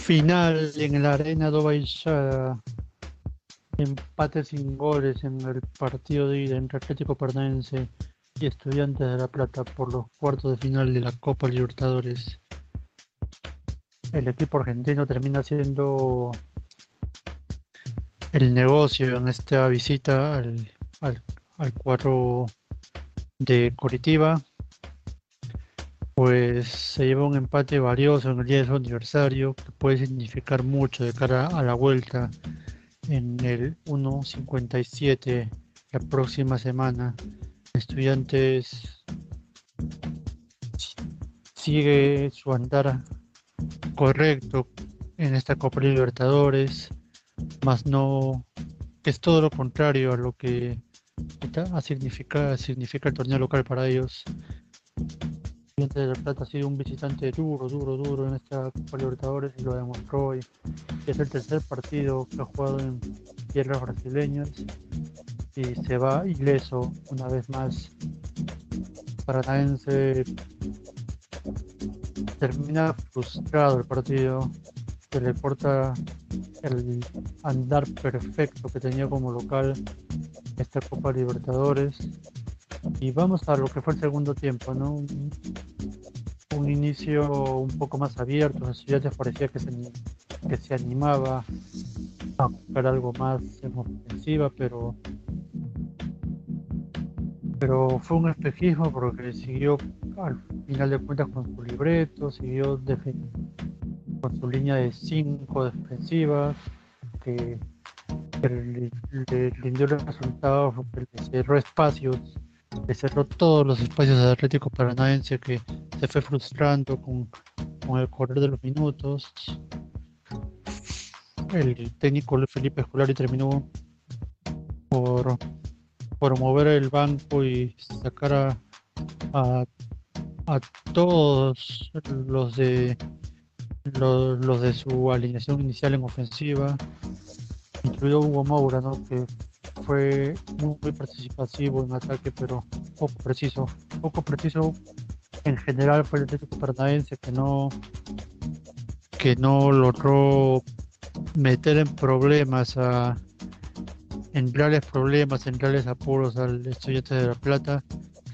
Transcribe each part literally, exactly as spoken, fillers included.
Final en la Arena do Baixada, empate sin goles en el partido de ida entre Atlético Paranaense y Estudiantes de La Plata por los cuartos de final de la Copa Libertadores. El equipo argentino termina siendo el negocio en esta visita al, al, al cuadro de Coritiba, pues se lleva un empate valioso en el día de su aniversario que puede significar mucho de cara a la vuelta en el uno cincuenta y siete la próxima semana. Estudiantes sigue su andar correcto en esta Copa Libertadores, más no es todo lo contrario a lo que significa, significa el torneo local para ellos. Estudiantes de La Plata ha sido un visitante duro, duro, duro en esta Copa Libertadores y lo demostró. Y es el tercer partido que ha jugado en tierras brasileñas y se va ileso una vez más. Paranaense termina frustrado el partido, se le corta el andar perfecto que tenía como local esta Copa Libertadores. Y vamos a lo que fue el segundo tiempo, ¿no? Un, un inicio un poco más abierto, Estudiantes parecía que se, que se animaba a buscar algo más en ofensiva, pero pero fue un espejismo porque siguió al final de cuentas con su libreto, siguió con su línea de cinco defensivas, que, que le, le rindió el resultado porque le cerró espacios, le cerró todos los espacios al Atlético Paranaense, que se fue frustrando con, con el correr de los minutos. El técnico Felipe Scolari terminó por por mover el banco y sacar a, a, a todos los de los, los de su alineación inicial en ofensiva, incluido Hugo Moura, ¿no? Que fue muy, muy participativo en ataque, pero poco preciso, poco preciso en general fue el Atlético Paranaense que no que no logró meter en problemas a en reales problemas, en reales apuros al Estudiantes de La Plata,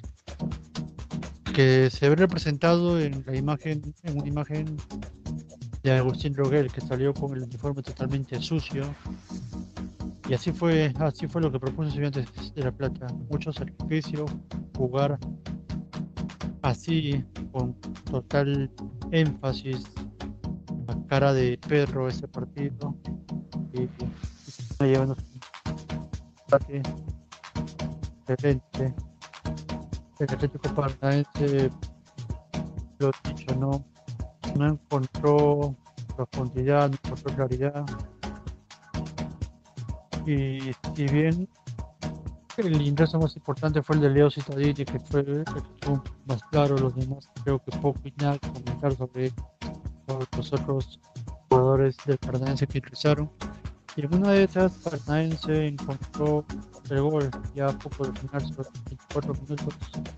que se ve representado en la imagen, en una imagen de Agustín Rogel, que salió con el uniforme totalmente sucio. Y así fue, así fue lo que propuso Estudiantes de La Plata. Mucho sacrificio, jugar así, con total énfasis, a cara de perro ese partido. Y, y llevando un ataque excelente. El Atlético Paranaense, lo dicho, no, no encontró profundidad, no encontró claridad. Y si bien el ingreso más importante fue el de Leo Cittadini, que fue el que estuvo más claro, los demás creo que poco y nada que comentar sobre, sobre los otros jugadores del Paranaense que ingresaron. Y en una de esas, Paranaense encontró el gol ya a poco de final, sobre veinticuatro minutos.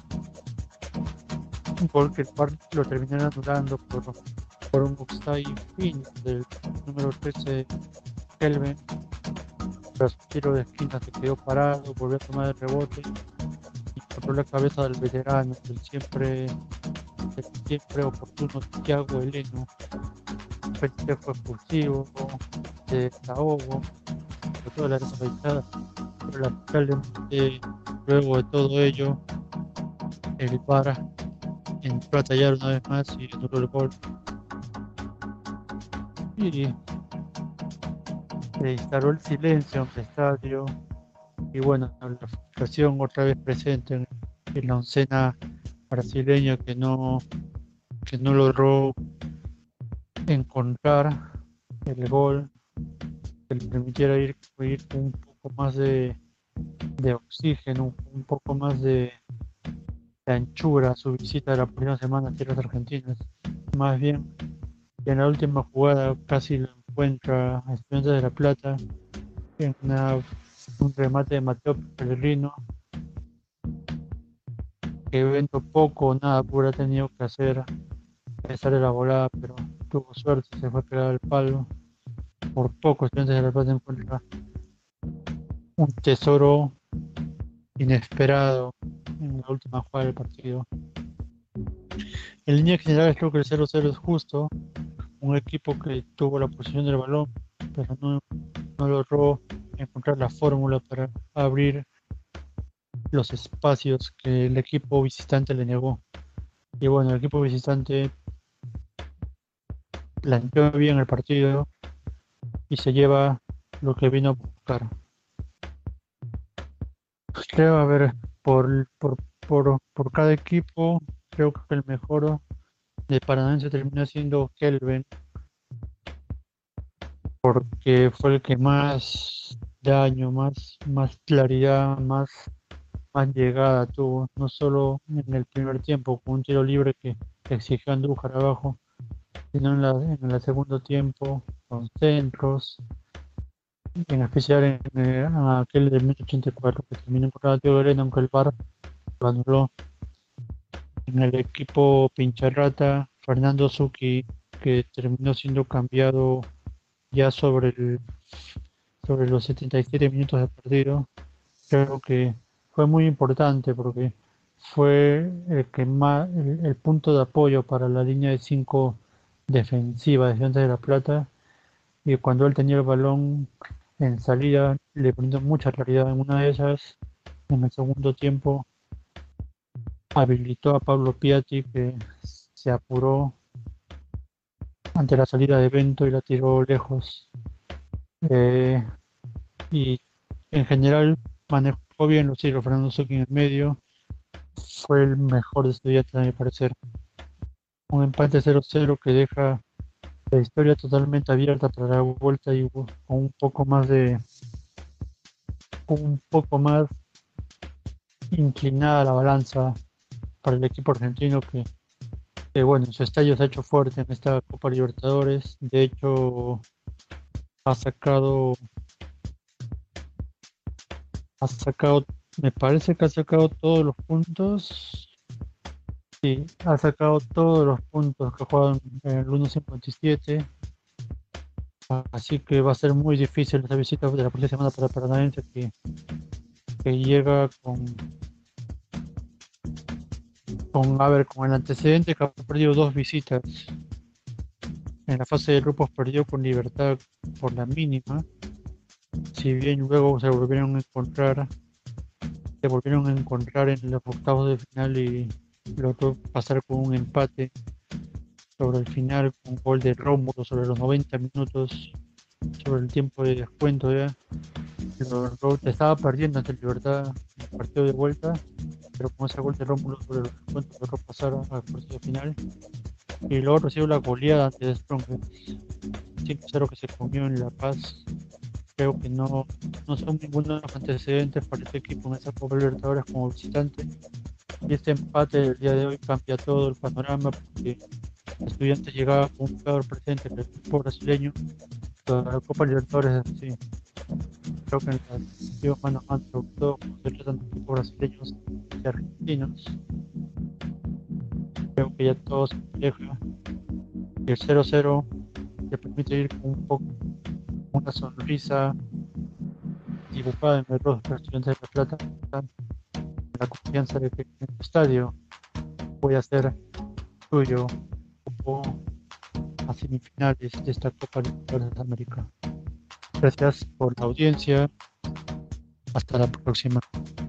Un gol que el Bar lo terminaron anulando por, por un offside fin del número trece, Kelvin. Tras un tiro de esquina se quedó parado, volvió a tomar el rebote y encontró la cabeza del veterano, del siempre, del siempre oportuno Thiago Heleno. El fue expulsivo, de desahogo, por toda la arena, pero lamentablemente luego de todo ello el V A R entró a tallar una vez más y anuló el gol. Y se instaló el silencio en el estadio. Y bueno, la frustración otra vez presente en, en la oncena brasileña que no, que no logró encontrar el gol que le permitiera ir, ir con un poco más de, de oxígeno, un poco más de, de anchura a su visita de la primera semana a tierras argentinas. Más bien, en la última jugada casi lo encuentra a Estudiantes de La Plata en una, un remate de Mateo Pellegrino, que evento poco o nada hubiera tenido que hacer, pesar de la volada, pero tuvo suerte, se fue a pegar al palo. Por poco Estudiantes de La Plata encuentra un tesoro inesperado en la última jugada del partido. En línea general creo que el cero cero es justo, un equipo que tuvo la posición del balón, pero no, no logró encontrar la fórmula para abrir los espacios que el equipo visitante le negó. Y bueno, el equipo visitante planteó bien el partido y se lleva lo que vino a buscar. Creo, a ver, por, por, por, por cada equipo, creo que el mejor de Paranaense terminó siendo Kelvin, porque fue el que más daño, más, más claridad, más, más llegada tuvo, no solo en el primer tiempo con un tiro libre que exigió Andújar abajo, sino en, la, en el segundo tiempo con centros, en especial en, eh, aquel del minuto ochenta y cuatro que terminó con Ratio Verena, aunque el V A R lo anuló. En el equipo Pincharrata, Fernando Zucchi, que terminó siendo cambiado ya sobre el sobre los setenta y siete minutos de partido, creo que fue muy importante porque fue el que más el, el punto de apoyo para la línea de cinco defensiva de Estudiantes de La Plata, y cuando él tenía el balón en salida le brindó mucha claridad en una de esas. En el segundo tiempo habilitó a Pablo Piatti, que se apuró ante la salida de Bento y la tiró lejos. Eh, y en general manejó bien los tiros Fernando Zucchi en el medio. Fue el mejor de Estudiantes, a mi parecer. Un empate cero cero que deja la historia totalmente abierta para la vuelta y con un poco más de un poco más inclinada la balanza para el equipo argentino que, que bueno, en su estadio se ha hecho fuerte en esta Copa Libertadores. De hecho, ha sacado ha sacado me parece que ha sacado todos los puntos. Sí, ha sacado todos los puntos que juegan en el uno cincuenta y siete. Así que va a ser muy difícil esa visita de la próxima semana para Paranaense, que, que llega con, con, a ver, con el antecedente que ha perdido dos visitas. En la fase de grupos perdió con Libertad por la mínima. Si bien luego se volvieron a encontrar, se volvieron a encontrar en los octavos de final y logró pasar con un empate sobre el final con gol de Rómulo sobre los noventa minutos, sobre el tiempo de descuento ya. Logró, estaba perdiendo ante el Libertad en el partido de vuelta, pero con ese gol de Rómulo sobre los descuentos logró pasar al partido final. Y luego recibió la goleada ante Strongest cinco cero que se comió en La Paz. Creo que no, no son ninguno de los antecedentes para este equipo en esa Copa Libertadores como visitante. Y este empate del día de hoy cambia todo el panorama, porque Estudiantes llegaba con un peor presente que el equipo brasileño. La Copa Libertadores es así. Creo que en las partidos mano a mano, sobre todo cuando se tratan de equipos brasileños y argentinos, creo que ya todo se deja. Y el cero cero le permite ir con un poco una sonrisa dibujada en el rostro de los Estudiantes de La Plata, la confianza de que en el estadio voy a ser suyo o a semifinales de esta Copa Libertadores de América. Gracias por la audiencia. Hasta la próxima.